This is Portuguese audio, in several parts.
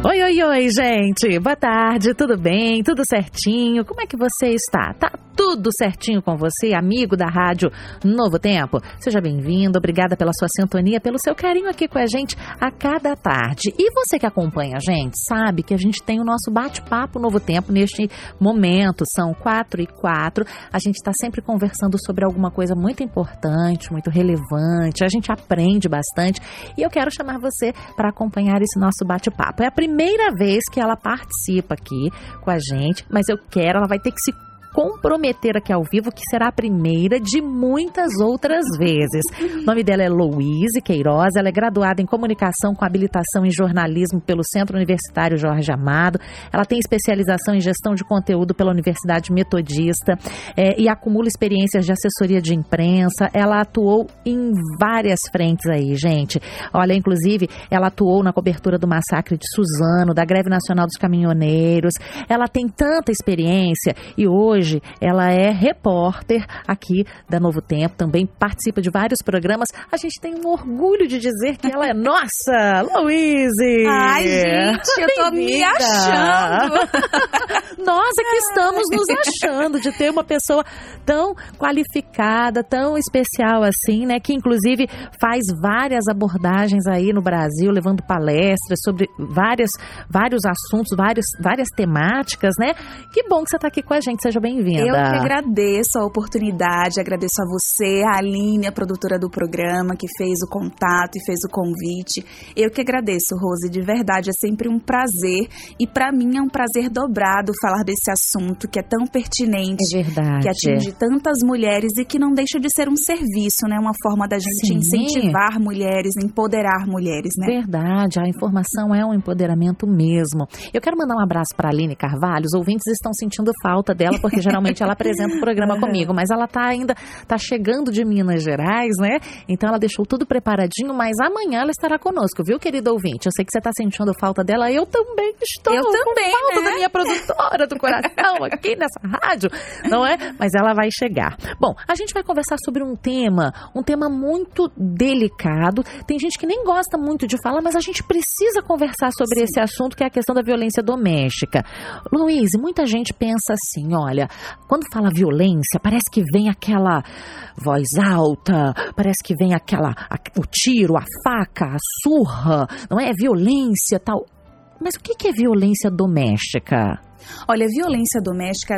Oi, oi, oi, gente. Boa tarde, tudo bem? Tudo certinho? Como é que você está? Tá tudo certinho com você, amigo da Rádio Novo Tempo? Seja bem-vindo, obrigada pela sua sintonia, pelo seu carinho aqui com a gente a cada tarde. E você que acompanha a gente, sabe que a gente tem o nosso bate-papo Novo Tempo neste momento. São 4h04. A gente está sempre conversando sobre alguma coisa muito importante, muito relevante. A gente aprende bastante. E eu quero chamar você para acompanhar esse nosso bate-papo. É a primeira vez que ela participa aqui com a gente, mas ela vai ter que se comprometer aqui ao vivo, que será a primeira de muitas outras vezes. O nome dela é Louise Queiroz, ela é graduada em comunicação com habilitação em jornalismo pelo Centro Universitário Jorge Amado, ela tem especialização em gestão de conteúdo pela Universidade Metodista e acumula experiências de assessoria de imprensa. Ela atuou em várias frentes aí, gente. Olha, inclusive, ela atuou na cobertura do massacre de Suzano, da Greve Nacional dos Caminhoneiros. Ela tem tanta experiência e hoje ela é repórter aqui da Novo Tempo, também participa de vários programas. A gente tem um orgulho de dizer que ela é nossa, Louise! Ai, gente, eu tô me achando! Nós é que estamos nos achando de ter uma pessoa tão qualificada, tão especial assim, né? Que inclusive faz várias abordagens aí no Brasil, levando palestras sobre vários assuntos, várias temáticas, né? Que bom que você tá aqui com a gente, seja bem-vinda. Eu que agradeço a oportunidade, agradeço a você, a Aline, a produtora do programa, que fez o contato e fez o convite. Eu que agradeço, Rose, de verdade, é sempre um prazer. E para mim é um prazer dobrado falar desse assunto que é tão pertinente. É verdade. Que atinge tantas mulheres e que não deixa de ser um serviço, né? Uma forma da gente incentivar mulheres, empoderar mulheres, né? Verdade, a informação é um empoderamento mesmo. Eu quero mandar um abraço para a Aline Carvalho. Os ouvintes estão sentindo falta dela, porque geralmente ela apresenta o programa comigo, mas ela tá chegando de Minas Gerais, né? Então ela deixou tudo preparadinho, mas amanhã ela estará conosco, viu, querido ouvinte? Eu sei que você tá sentindo falta dela, eu também estou. Eu também, com falta né? da minha produtora do coração aqui nessa rádio, não é? Mas ela vai chegar. Bom, a gente vai conversar sobre um tema muito delicado. Tem gente que nem gosta muito de falar, mas a gente precisa conversar sobre esse assunto, que é a questão da violência doméstica. Louise, muita gente pensa assim, olha, quando fala violência, parece que vem aquela voz alta, parece que vem o tiro, a faca, a surra, não é? Violência, tal. Mas o que é violência doméstica? Olha, violência doméstica,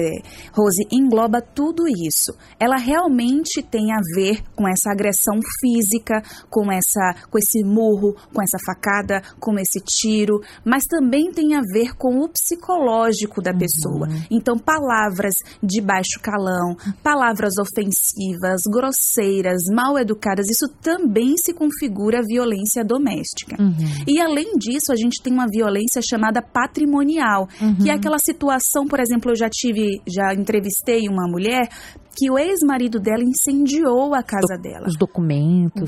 Rose, engloba tudo isso. Ela realmente tem a ver com essa agressão física, com esse murro, com essa facada, com esse tiro, mas também tem a ver com o psicológico da pessoa. Então, palavras de baixo calão, palavras ofensivas, grosseiras, mal educadas, isso também se configura violência doméstica. E além disso, a gente tem uma violência chamada patrimonial, que é aquela situação, por exemplo, eu já entrevistei uma mulher que o ex-marido dela incendiou a casa dela. Os documentos,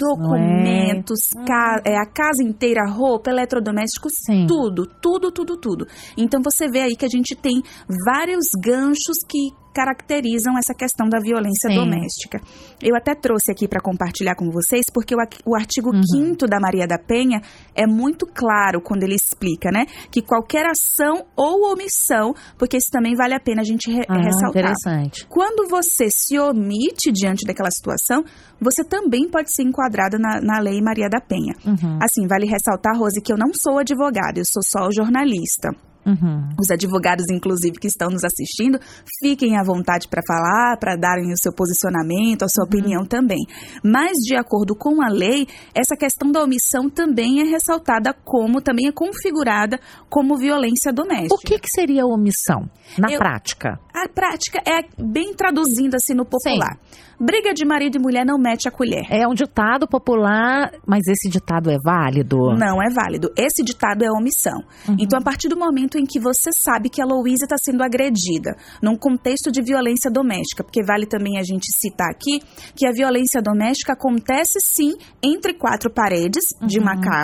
a casa inteira, roupa, eletrodomésticos, tudo. Então você vê aí que a gente tem vários ganchos que caracterizam essa questão da violência doméstica. Eu até trouxe aqui para compartilhar com vocês, porque o artigo 5º da Maria da Penha é muito claro quando ele explica, né? Que qualquer ação ou omissão, porque isso também vale a pena a gente ressaltar. Interessante. Quando você se omite diante daquela situação, você também pode ser enquadrada na Lei Maria da Penha. Assim, vale ressaltar, Rose, que eu não sou advogada, eu sou só jornalista. Os advogados, inclusive, que estão nos assistindo, fiquem à vontade para falar, para darem o seu posicionamento, a sua opinião também. Mas, de acordo com a lei, essa questão da omissão também é ressaltada também é configurada como violência doméstica. O que seria omissão na prática? A prática é bem traduzindo assim no popular. Briga de marido e mulher não mete a colher. É um ditado popular, mas esse ditado é válido? Não é válido. Esse ditado é omissão. Então, a partir do momento em que você sabe que a Louise está sendo agredida num contexto de violência doméstica, porque vale também a gente citar aqui que a violência doméstica acontece sim entre 4 paredes de uma casa,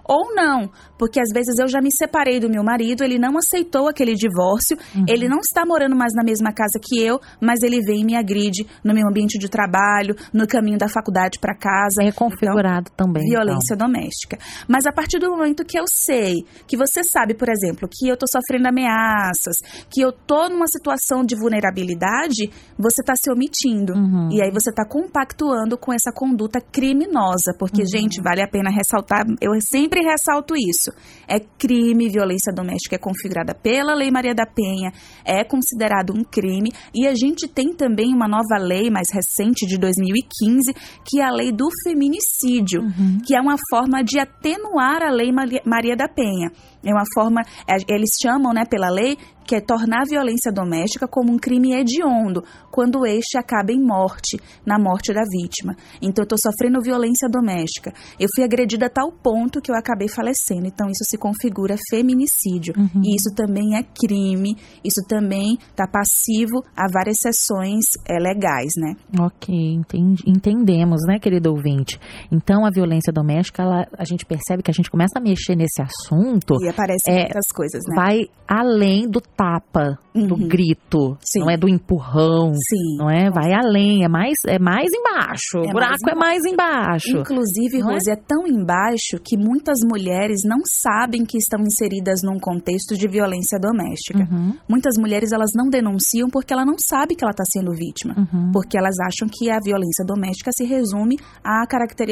ou não, porque às vezes eu já me separei do meu marido, ele não aceitou aquele divórcio, ele não está morando mais na mesma casa que eu, mas ele vem e me agride no meu ambiente de trabalho, no caminho da faculdade para casa. É configurado então, também. Violência doméstica. Mas a partir do momento que eu sei, que você sabe, por exemplo, que eu tô sofrendo ameaças, que eu tô numa situação de vulnerabilidade, você tá se omitindo. E aí você tá compactuando com essa conduta criminosa, porque, gente, vale a pena ressaltar, eu sempre ressalto isso. É crime, violência doméstica é configurada pela Lei Maria da Penha, é considerado um crime, e a gente tem também uma nova lei mais recente de 2015, que é a Lei do Feminicídio, que é uma forma de atenuar a Lei Maria da Penha. É uma forma, eles chamam, né, pela lei, que é tornar a violência doméstica como um crime hediondo, quando este acaba em morte, na morte da vítima. Então, eu estou sofrendo violência doméstica. Eu fui agredida a tal ponto que eu acabei falecendo. Então, isso se configura feminicídio. E isso também é crime, isso também está passivo a várias sessões legais, né? Ok, entendemos, né, querido ouvinte? Então, a violência doméstica, a gente percebe que a gente começa a mexer nesse assunto. E aparecem muitas coisas, né? Vai além do tapa, do grito, não é do empurrão, não é? Vai além, é mais embaixo, o buraco é mais embaixo. Inclusive, Rose, é tão embaixo que muitas mulheres não sabem que estão inseridas num contexto de violência doméstica. Muitas mulheres, elas não denunciam porque ela não sabe que ela está sendo vítima, porque elas acham que a violência doméstica se resume a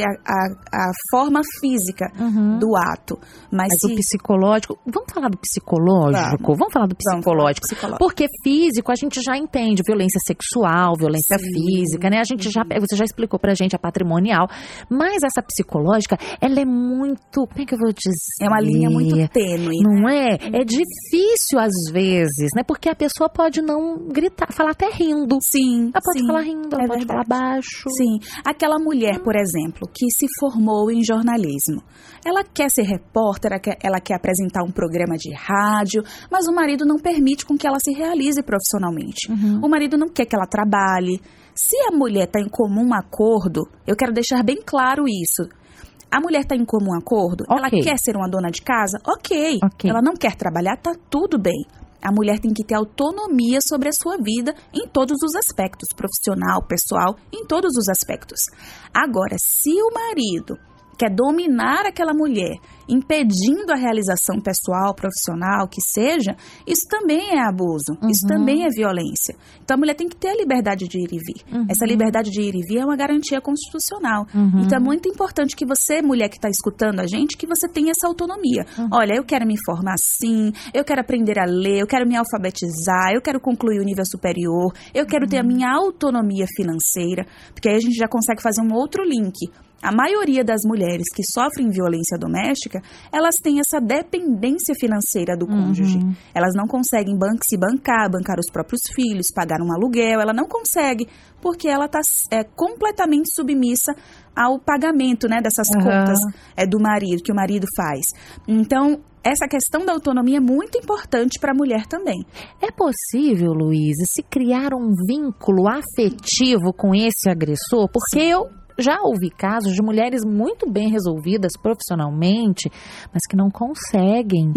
forma física do ato. Mas o psicológico, vamos falar do psicológico? Vamos falar do psicológico. Porque físico a gente já entende, violência sexual, violência física, né? Você já explicou pra gente a patrimonial, mas essa psicológica, ela é muito, como é que eu vou dizer? É uma linha muito tênue. Não é? É difícil às vezes, né? Porque a pessoa pode não gritar, falar até rindo. Sim. Ela pode falar rindo, ela pode falar baixo. Sim. Aquela mulher, por exemplo, que se formou em jornalismo. Ela quer ser repórter, ela quer apresentar um programa de rádio, mas o marido não permite com que ela se realize profissionalmente. O marido não quer que ela trabalhe. Se a mulher está em comum acordo, eu quero deixar bem claro isso. A mulher está em comum acordo, ela quer ser uma dona de casa, ok. Ela não quer trabalhar, tá tudo bem. A mulher tem que ter autonomia sobre a sua vida em todos os aspectos, profissional, pessoal, em todos os aspectos. Agora, se o marido quer dominar aquela mulher, impedindo a realização pessoal, profissional, que seja, isso também é abuso, isso também é violência. Então, a mulher tem que ter a liberdade de ir e vir. Essa liberdade de ir e vir é uma garantia constitucional. Então, é muito importante que você, mulher que está escutando a gente, que você tenha essa autonomia. Olha, eu quero me formar assim, eu quero aprender a ler, eu quero me alfabetizar, eu quero concluir o nível superior, eu quero ter a minha autonomia financeira, porque aí a gente já consegue fazer um outro link. A maioria das mulheres que sofrem violência doméstica, elas têm essa dependência financeira do cônjuge. Elas não conseguem bancar os próprios filhos, pagar um aluguel, ela não consegue, porque ela está completamente submissa ao pagamento, né, dessas contas do marido, que o marido faz. Então, essa questão da autonomia é muito importante para a mulher também. É possível, Luísa, se criar um vínculo afetivo com esse agressor? Porque eu já ouvi casos de mulheres muito bem resolvidas profissionalmente, mas que não conseguem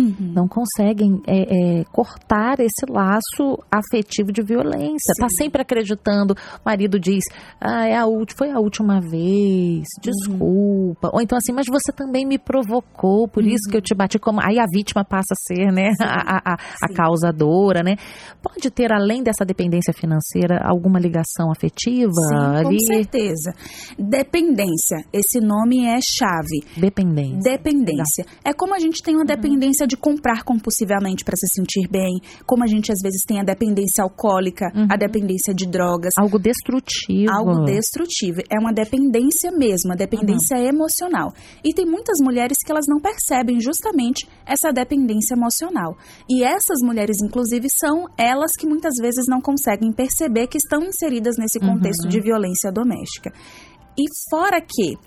cortar esse laço afetivo de violência. Tá sempre acreditando, o marido diz, foi a última vez, desculpa. Ou então assim, mas você também me provocou, por isso que eu te bati. Aí a vítima passa a ser, né, a causadora, né? Pode ter, além dessa dependência financeira, alguma ligação afetiva? Sim, com certeza. Dependência, esse nome é chave. Dependência. É como a gente tem uma dependência de comprar compulsivamente para se sentir bem, como a gente às vezes tem a dependência alcoólica, a dependência de drogas. Algo destrutivo. É uma dependência mesmo, uma dependência emocional. E tem muitas mulheres que elas não percebem justamente essa dependência emocional. E essas mulheres, inclusive, são elas que muitas vezes não conseguem perceber que estão inseridas nesse contexto de violência doméstica. E fora que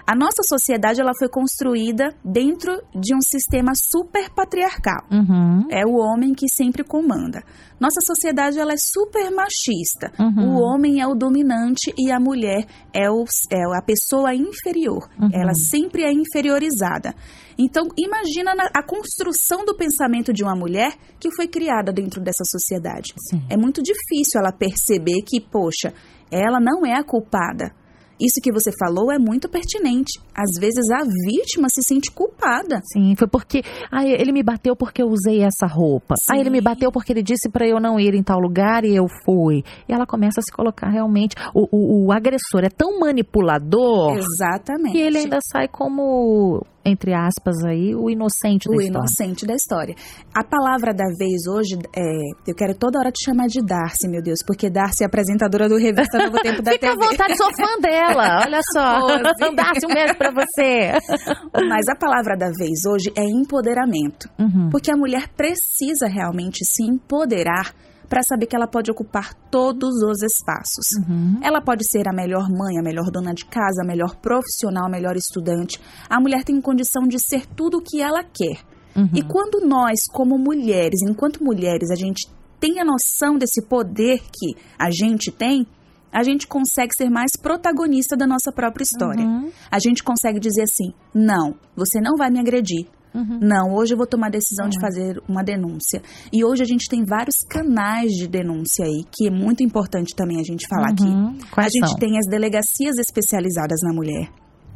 A nossa sociedade, ela foi construída dentro de um sistema super patriarcal. É o homem que sempre comanda. Nossa sociedade, ela é super machista. O homem é o dominante e a mulher é a pessoa inferior. Ela sempre é inferiorizada. Então, imagina a construção do pensamento de uma mulher que foi criada dentro dessa sociedade. Sim. É muito difícil ela perceber que, poxa, ela não é a culpada. Isso que você falou é muito pertinente. Às vezes a vítima se sente culpada. Sim, foi porque ele me bateu porque eu usei essa roupa. Sim. Ele me bateu porque ele disse para eu não ir em tal lugar e eu fui. E ela começa a se colocar realmente... O agressor é tão manipulador... Exatamente. Que ele ainda sai como... entre aspas aí, o inocente da história. O inocente da história. A palavra da vez hoje, eu quero toda hora te chamar de Darcy, meu Deus, porque Darcy é apresentadora do Revista Novo Tempo da Fica TV. à vontade, sou fã dela, olha só. Darcy, um beijo pra você. Mas a palavra da vez hoje é empoderamento. Porque a mulher precisa realmente se empoderar para saber que ela pode ocupar todos os espaços. Ela pode ser a melhor mãe, a melhor dona de casa, a melhor profissional, a melhor estudante. A mulher tem condição de ser tudo o que ela quer. E quando nós, como mulheres, enquanto mulheres, a gente tem a noção desse poder que a gente tem, a gente consegue ser mais protagonista da nossa própria história. A gente consegue dizer assim, não, você não vai me agredir. Não, hoje eu vou tomar a decisão de fazer uma denúncia. E hoje a gente tem vários canais de denúncia aí, que é muito importante também a gente falar aqui. Quais a gente são? tem as delegacias especializadas na mulher.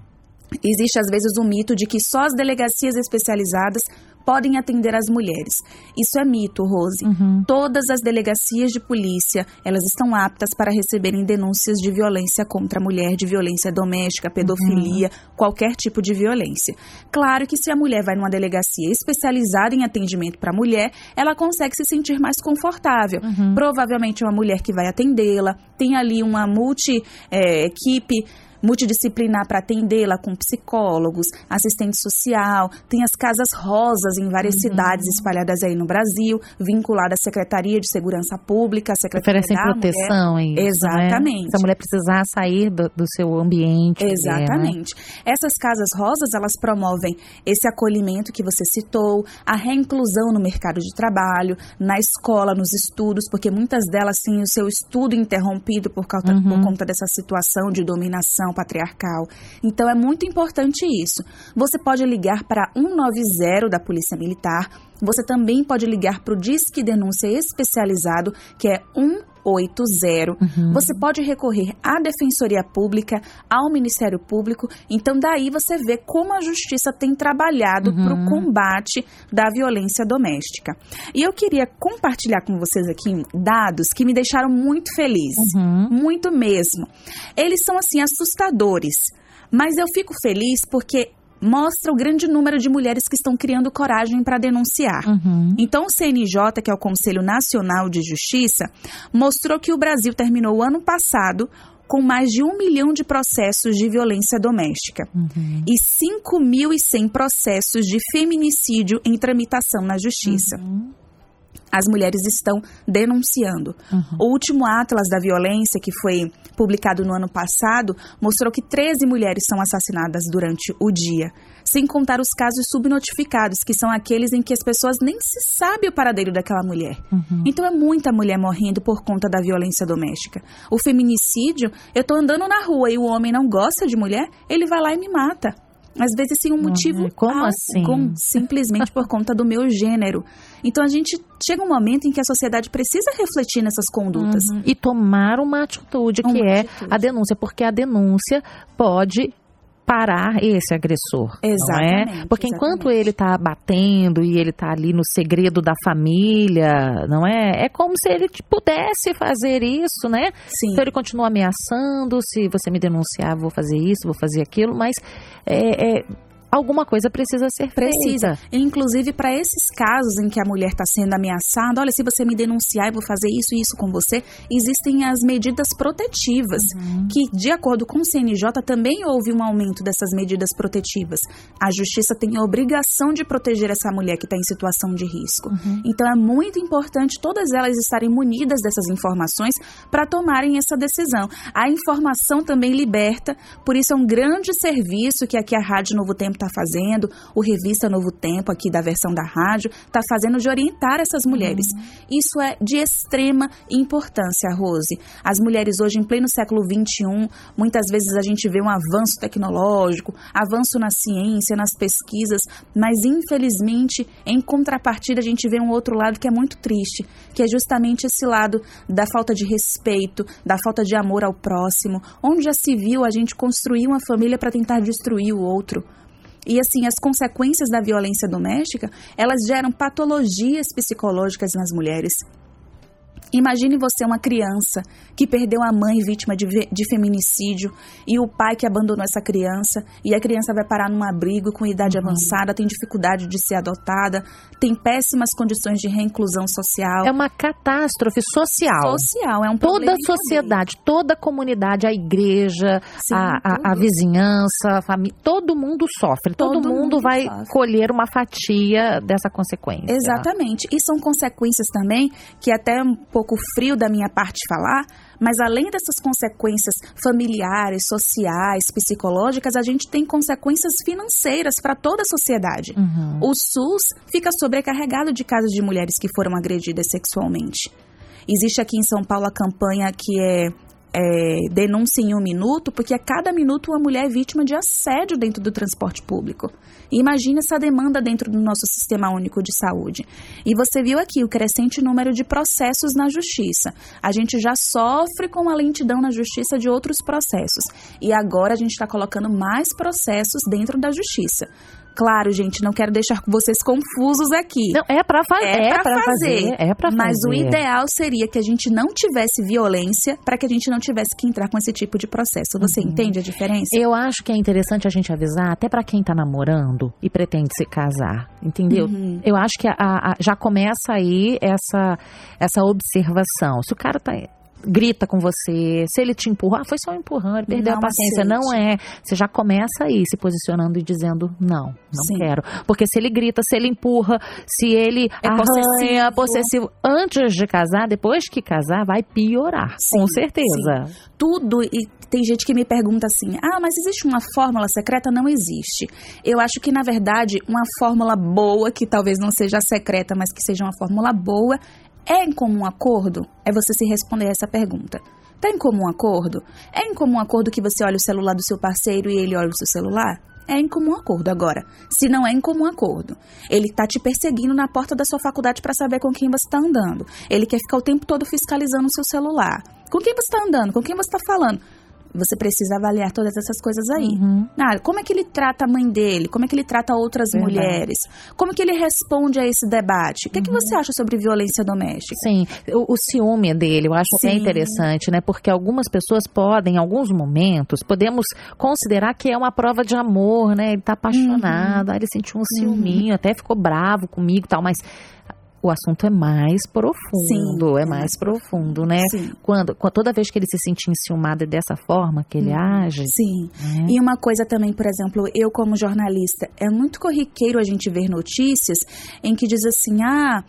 Existe às vezes um mito de que só as delegacias especializadas podem atender as mulheres. Isso é mito, Rose. Todas as delegacias de polícia, elas estão aptas para receberem denúncias de violência contra a mulher, de violência doméstica, pedofilia, qualquer tipo de violência. Claro que se a mulher vai numa delegacia especializada em atendimento para a mulher, ela consegue se sentir mais confortável. Provavelmente é uma mulher que vai atendê-la, tem ali uma equipe multidisciplinar para atendê-la com psicólogos, assistente social, tem as casas rosas em várias cidades espalhadas aí no Brasil, vinculadas à Secretaria de Segurança Pública, à Secretaria Oferecem da proteção, Mulher. isso, Exatamente. Né? Se a mulher precisar sair do seu ambiente. Exatamente. Essas casas rosas, elas promovem esse acolhimento que você citou, a reinclusão no mercado de trabalho, na escola, nos estudos, porque muitas delas têm o seu estudo interrompido por conta dessa situação de dominação patriarcal. Então, é muito importante isso. Você pode ligar para 190 da Polícia Militar. Você também pode ligar para o Disque Denúncia Especializado, que é 180. Você pode recorrer à Defensoria Pública, ao Ministério Público. Então, daí você vê como a Justiça tem trabalhado para o combate da violência doméstica. E eu queria compartilhar com vocês aqui dados que me deixaram muito feliz. Muito mesmo. Eles são, assim, assustadores. Mas eu fico feliz porque mostra o grande número de mulheres que estão criando coragem para denunciar. Então, o CNJ, que é o Conselho Nacional de Justiça, mostrou que o Brasil terminou o ano passado com mais de 1 milhão de processos de violência doméstica e 5.100 processos de feminicídio em tramitação na Justiça. As mulheres estão denunciando. O último Atlas da Violência, que foi publicado no ano passado, mostrou que 13 mulheres são assassinadas durante o dia, sem contar os casos subnotificados, que são aqueles em que as pessoas nem se sabem o paradeiro daquela mulher. Então é muita mulher morrendo por conta da violência doméstica. O feminicídio, eu tô andando na rua e o homem não gosta de mulher, ele vai lá e me mata. Às vezes sem um motivo Como assim? Simplesmente por conta do meu gênero. Então a gente chega um momento em que a sociedade precisa refletir nessas condutas. E tomar uma atitude, a denúncia, porque a denúncia pode parar esse agressor. Exatamente. Não é? Porque enquanto ele está batendo e ele está ali no segredo da família, não é? É como se ele pudesse fazer isso, né? Sim. Então ele continua ameaçando, se você me denunciar, vou fazer isso, vou fazer aquilo, mas alguma coisa precisa ser Precisa. feita. Inclusive, para esses casos em que a mulher está sendo ameaçada, olha, se você me denunciar, eu vou fazer isso e isso com você, existem as medidas protetivas, que, de acordo com o CNJ, também houve um aumento dessas medidas protetivas. A justiça tem a obrigação de proteger essa mulher que está em situação de risco. Então, é muito importante todas elas estarem munidas dessas informações para tomarem essa decisão. A informação também liberta, por isso é um grande serviço que aqui a Rádio Novo Tempo está fazendo, o Revista Novo Tempo, aqui da versão da rádio, está fazendo de orientar essas mulheres. Isso é de extrema importância, Rose. As mulheres hoje, em pleno século XXI, muitas vezes a gente vê um avanço tecnológico, avanço na ciência, nas pesquisas, mas infelizmente, em contrapartida, a gente vê um outro lado que é muito triste, que é justamente esse lado da falta de respeito, da falta de amor ao próximo, onde já se viu a gente construir uma família para tentar destruir o outro. E assim, as consequências da violência doméstica, elas geram patologias psicológicas nas mulheres. Imagine você uma criança que perdeu a mãe vítima de feminicídio e o pai que abandonou essa criança, e a criança vai parar num abrigo com idade avançada, tem dificuldade de ser adotada, tem péssimas condições de reinclusão social. É uma catástrofe social. É um problema. Toda a sociedade, toda a comunidade, a igreja, sim, a vizinhança, a família, todo mundo sofre. Todo mundo vai colher uma fatia dessa consequência. Exatamente. E são consequências também que até pouco frio da minha parte falar, mas além dessas consequências familiares, sociais, psicológicas, a gente tem consequências financeiras para toda a sociedade. O SUS fica sobrecarregado de casos de mulheres que foram agredidas sexualmente. Existe aqui em São Paulo a campanha que é denúncia em 1 minuto, porque a cada minuto uma mulher é vítima de assédio dentro do transporte público. E imagina essa demanda dentro do nosso Sistema Único de Saúde. E você viu aqui o crescente número de processos na justiça. A gente já sofre com a lentidão na justiça de outros processos. E agora a gente está colocando mais processos dentro da justiça. Claro, gente, não quero deixar vocês confusos aqui. Não, é pra fazer. Mas o ideal seria que a gente não tivesse violência para que a gente não tivesse que entrar com esse tipo de processo. Você entende a diferença? Eu acho que é interessante a gente avisar, até pra quem tá namorando e pretende se casar, entendeu? Eu acho que já começa aí essa observação. Se o cara grita com você, se ele te empurra, foi só um empurrão, ele perdeu a paciência. Não é. Você já começa aí se posicionando e dizendo não quero. Porque se ele grita, se ele empurra, se ele arranha, possessivo, antes de casar, depois que casar, vai piorar, com certeza. Tudo, e tem gente que me pergunta assim, mas existe uma fórmula secreta? Não existe. Eu acho que, na verdade, uma fórmula boa, que talvez não seja secreta, mas que seja uma fórmula boa, é em comum acordo? É você se responder essa pergunta. Tá em comum acordo? É em comum acordo que você olha o celular do seu parceiro e ele olha o seu celular? É em comum acordo. Agora, se não é em comum acordo, ele tá te perseguindo na porta da sua faculdade para saber com quem você tá andando. Ele quer ficar o tempo todo fiscalizando o seu celular. Com quem você tá andando? Com quem você tá falando? Você precisa avaliar todas essas coisas aí. Como é que ele trata a mãe dele? Como é que ele trata outras mulheres? Como que ele responde a esse debate? O que é que você acha sobre violência doméstica? Sim, o ciúme dele, eu acho que é interessante, né? Porque algumas pessoas podem, em alguns momentos, podemos considerar que é uma prova de amor, né? Ele tá apaixonado, aí ele sentiu um ciúminho, até ficou bravo comigo e tal, mas o assunto é mais profundo, mais profundo, né? Toda vez que ele se sentir enciumado é dessa forma que ele age. E uma coisa também, por exemplo, eu como jornalista, é muito corriqueiro a gente ver notícias em que diz assim,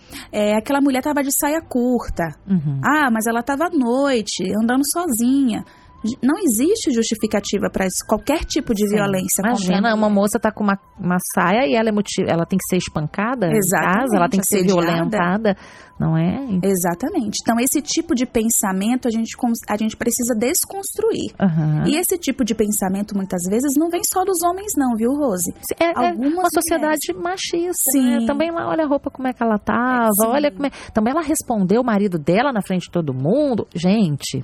aquela mulher estava de saia curta, mas ela estava à noite, andando sozinha. Não existe justificativa para qualquer tipo de violência. Imagina, uma moça tá com uma saia e ela tem que ser espancada em casa, ela tem que ser violentada, não é? Exatamente. Então, esse tipo de pensamento a gente precisa desconstruir. E esse tipo de pensamento, muitas vezes, não vem só dos homens não, viu, Rose? É uma sociedade machista, né? Também lá, olha a roupa como é que ela tava, olha como é... Também ela respondeu o marido dela na frente de todo mundo. Gente...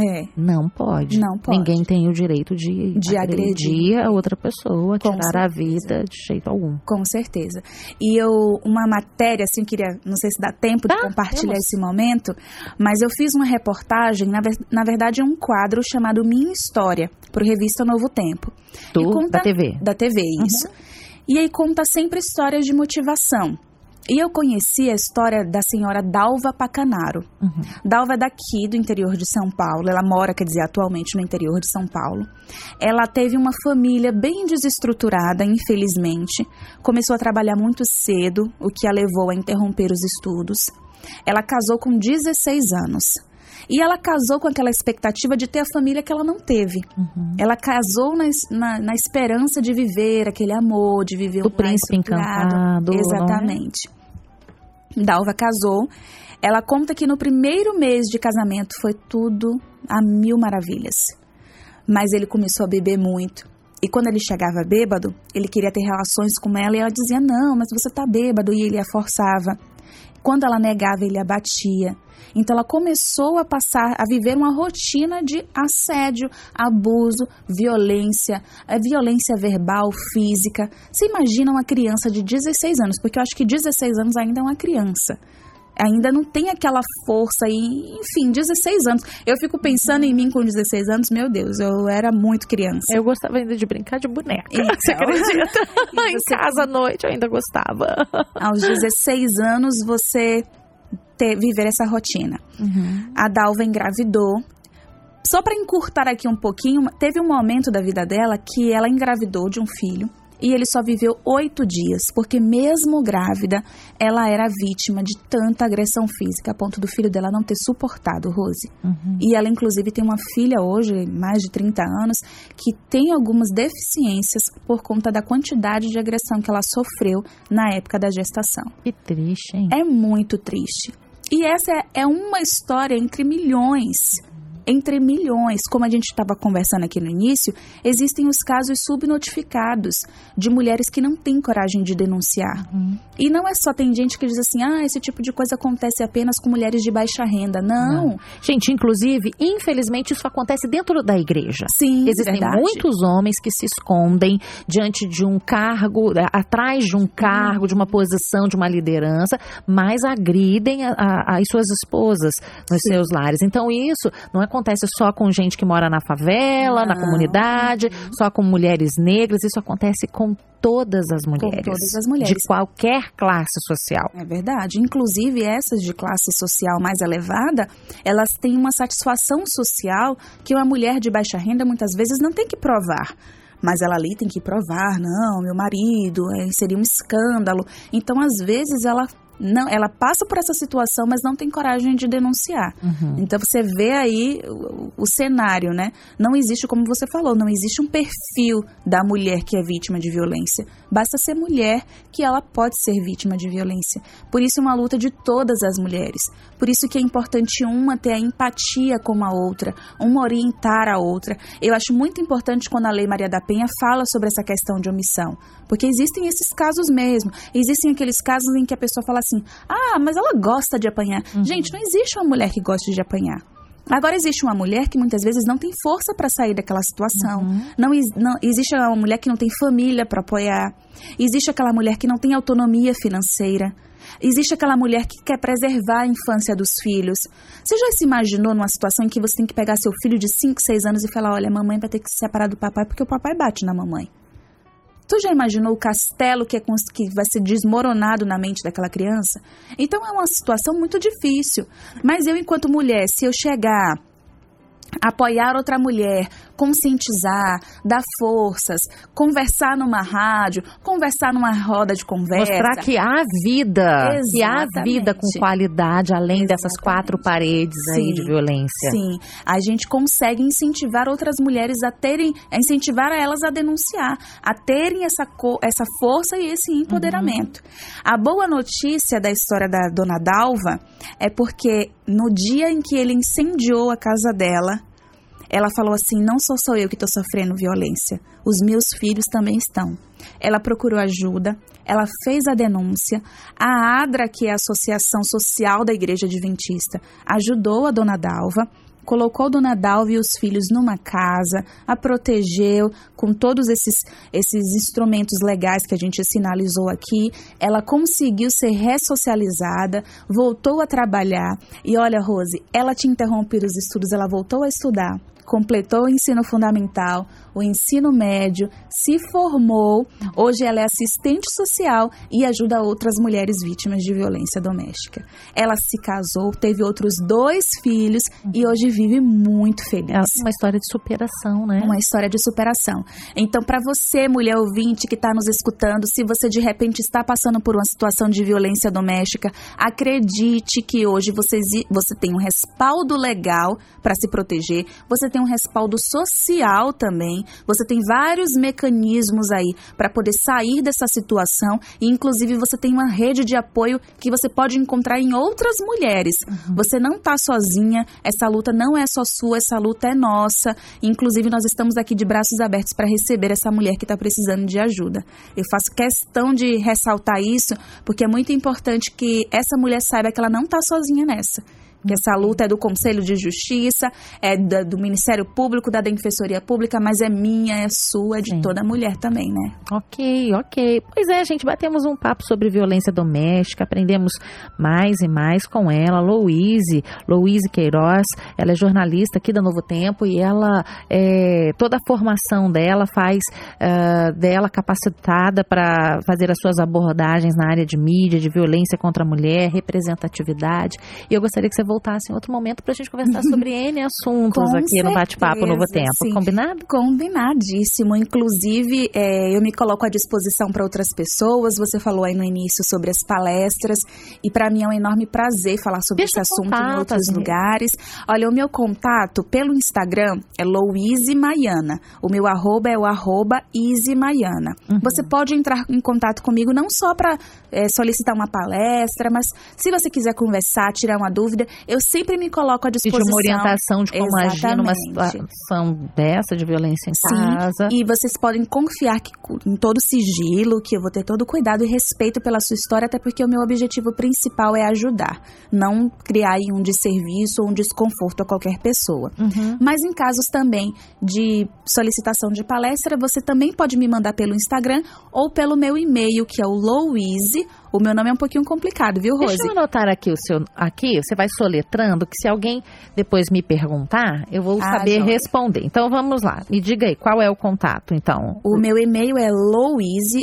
Não pode. Ninguém tem o direito de agredir a outra pessoa, tirar a vida de jeito algum. Com certeza. E uma matéria, assim, não sei se dá tempo de compartilhar esse momento, mas eu fiz uma reportagem, na verdade, um quadro chamado Minha História, para o Revista Novo Tempo. Da TV? Da TV, isso. E aí conta sempre histórias de motivação. E eu conheci a história da senhora Dalva Pacanaro. Dalva é daqui, do interior de São Paulo. Ela mora, atualmente no interior de São Paulo. Ela teve uma família bem desestruturada, infelizmente. Começou a trabalhar muito cedo, o que a levou a interromper os estudos. Ela casou com 16 anos. E ela casou com aquela expectativa de ter a família que ela não teve. Ela casou na esperança de viver aquele amor, de viver do príncipe encantado. Exatamente. Dalva casou. Ela conta que no primeiro mês de casamento foi tudo a mil maravilhas. Mas ele começou a beber muito. E quando ele chegava bêbado, ele queria ter relações com ela e ela dizia, não, mas você tá bêbado. E ele a forçava. Quando ela negava, ele a batia. Então ela começou a viver uma rotina de assédio, abuso, violência verbal, física. Você imagina uma criança de 16 anos, porque eu acho que 16 anos ainda é uma criança. Ainda não tem aquela força, enfim, 16 anos. Eu fico pensando em mim com 16 anos, meu Deus, eu era muito criança. Eu gostava ainda de brincar de boneca, você acredita? Em casa à noite eu ainda gostava. Aos 16 anos você viver essa rotina. A Dalva engravidou. Só para encurtar aqui um pouquinho, teve um momento da vida dela que ela engravidou de um filho. E ele só viveu 8 dias, porque mesmo grávida, ela era vítima de tanta agressão física, a ponto do filho dela não ter suportado, Rose. E ela, inclusive, tem uma filha hoje, mais de 30 anos, que tem algumas deficiências por conta da quantidade de agressão que ela sofreu na época da gestação. Que triste, hein? É muito triste. E essa é uma história entre milhões. Entre milhões, como a gente estava conversando aqui no início, existem os casos subnotificados de mulheres que não têm coragem de denunciar. E não é só, tem gente que diz assim, esse tipo de coisa acontece apenas com mulheres de baixa renda. Não. Gente, inclusive, infelizmente, isso acontece dentro da igreja. Sim, existem verdade. Muitos homens que se escondem diante de um cargo, atrás de um cargo, de uma posição, de uma liderança, mas agridem as suas esposas nos seus lares. Então, isso não acontece só com gente que mora na favela, na comunidade, só com mulheres negras. Isso acontece com todas as mulheres. Com todas as mulheres. De qualquer classe social. É verdade. Inclusive, essas de classe social mais elevada, elas têm uma satisfação social que uma mulher de baixa renda muitas vezes não tem que provar. Mas ela ali tem que provar, não, meu marido, seria um escândalo. Então, às vezes, ela passa por essa situação, mas não tem coragem de denunciar. Então, você vê aí o cenário, né? Não existe, como você falou, não existe um perfil da mulher que é vítima de violência. Basta ser mulher que ela pode ser vítima de violência. Por isso, é uma luta de todas as mulheres. Por isso que é importante uma ter a empatia com a outra, uma orientar a outra. Eu acho muito importante quando a Lei Maria da Penha fala sobre essa questão de omissão. Porque existem esses casos mesmo. Existem aqueles casos em que a pessoa fala assim, mas ela gosta de apanhar. Gente, não existe uma mulher que goste de apanhar. Agora, existe uma mulher que muitas vezes não tem força para sair daquela situação. Não existe uma mulher que não tem família para apoiar. Existe aquela mulher que não tem autonomia financeira. Existe aquela mulher que quer preservar a infância dos filhos. Você já se imaginou numa situação em que você tem que pegar seu filho de 5, 6 anos e falar, olha, a mamãe vai ter que se separar do papai porque o papai bate na mamãe? Tu já imaginou o castelo que vai ser desmoronado na mente daquela criança? Então é uma situação muito difícil. Mas eu, enquanto mulher, se eu chegar, apoiar outra mulher, conscientizar, dar forças, conversar numa rádio, conversar numa roda de conversa. Mostrar que há vida, Exatamente. que há vida com qualidade, além dessas 4 paredes aí de violência. Sim, a gente consegue incentivar outras mulheres incentivar elas a denunciar, a terem essa força e esse empoderamento. A boa notícia da história da dona Dalva é porque no dia em que ele incendiou a casa dela, ela falou assim, não sou só eu que estou sofrendo violência, os meus filhos também estão. Ela procurou ajuda, ela fez a denúncia, a ADRA, que é a Associação Social da Igreja Adventista, ajudou a dona Dalva, colocou dona Dalva e os filhos numa casa, a protegeu com todos esses instrumentos legais que a gente sinalizou aqui. Ela conseguiu ser ressocializada, voltou a trabalhar. E olha, Rose, ela tinha interrompido os estudos, ela voltou a estudar, completou o ensino fundamental, o ensino médio, se formou. Hoje ela é assistente social e ajuda outras mulheres vítimas de violência doméstica. Ela se casou, teve outros 2 filhos e hoje vive muito feliz. É uma história de superação, né? Uma história de superação. Então, para você, mulher ouvinte que está nos escutando, se você de repente está passando por uma situação de violência doméstica, acredite que hoje você tem um respaldo legal para se proteger, você tem um respaldo social também, você tem vários mecanismos aí para poder sair dessa situação e, inclusive, você tem uma rede de apoio que você pode encontrar em outras mulheres. Você não está sozinha, essa luta não é só sua, essa luta é nossa. Inclusive, nós estamos aqui de braços abertos para receber essa mulher que está precisando de ajuda. Eu faço questão de ressaltar isso, porque é muito importante que essa mulher saiba que ela não está sozinha nessa. Que essa luta é do Conselho de Justiça, é do Ministério Público, da Defensoria Pública, mas é minha, é sua, é de toda mulher também, né? Ok. Pois é, gente, batemos um papo sobre violência doméstica, aprendemos mais e mais com ela, Louise Queiroz. Ela é jornalista aqui da Novo Tempo e ela, toda a formação dela faz dela capacitada para fazer as suas abordagens na área de mídia, de violência contra a mulher, representatividade. E eu gostaria que você voltasse em outro momento para a gente conversar sobre N assuntos aqui no Bate-Papo Novo Tempo. Sim. Combinado? Combinadíssimo. Inclusive, eu me coloco à disposição para outras pessoas. Você falou aí no início sobre as palestras e para mim é um enorme prazer falar sobre esse assunto em outros lugares. Olha, o meu contato pelo Instagram é Louise Maiana. O meu arroba é o @IzyMaiana. Você pode entrar em contato comigo não só para solicitar uma palestra, mas se você quiser conversar, tirar uma dúvida, eu sempre me coloco à disposição. Pedir uma orientação de como agir numa situação dessa, de violência em casa. E vocês podem confiar que, em todo sigilo, que eu vou ter todo cuidado e respeito pela sua história, até porque o meu objetivo principal é ajudar, não criar aí um desserviço ou um desconforto a qualquer pessoa. Mas em casos também de solicitação de palestra, você também pode me mandar pelo Instagram ou pelo meu e-mail, que é o Louise. O meu nome é um pouquinho complicado, viu, Rose? Deixa eu anotar aqui você vai soletrando, que se alguém depois me perguntar, eu vou saber responder. Então, vamos lá. Me diga aí, qual é o contato, então? O meu e-mail é Louise,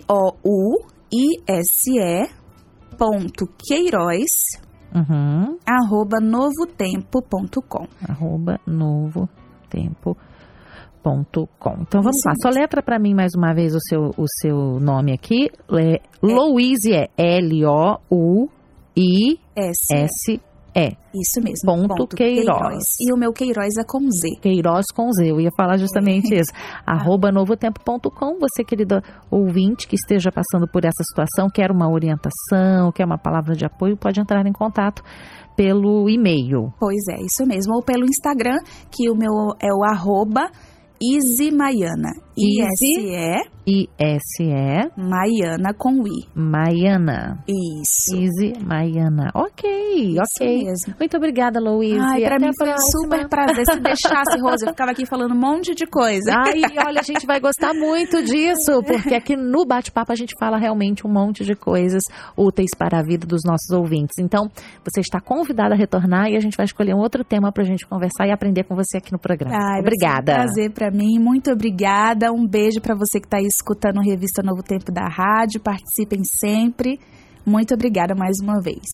Louise.Queiroz, @novotempo.com. @novotempo.com. Então vamos lá, soletra para mim mais uma vez o seu nome aqui. Louise é Louise. Isso mesmo. Queiroz. E o meu Queiroz é com Z. Queiroz com Z, eu ia falar justamente isso. @novotempo.com. Você, querida ouvinte, que esteja passando por essa situação, quer uma orientação, quer uma palavra de apoio, pode entrar em contato pelo e-mail. Pois é, isso mesmo. Ou pelo Instagram, que o meu é o @IzyMaiana. ISE. Maiana com I. Maiana. Isso. IzyMaiana. Ok. Mesmo. Muito obrigada, Louise. Ai, pra mim foi um super prazer. Se deixasse, Rose, eu ficava aqui falando um monte de coisa. Ai, olha, a gente vai gostar muito disso, porque aqui no Bate-Papo a gente fala realmente um monte de coisas úteis para a vida dos nossos ouvintes. Então, você está convidada a retornar e a gente vai escolher um outro tema pra gente conversar e aprender com você aqui no programa. Obrigada. Vai ser um prazer pra mim. Muito obrigada. Um beijo pra você que tá aí escutando a Revista Novo Tempo da Rádio. Participem sempre. Muito obrigada mais uma vez.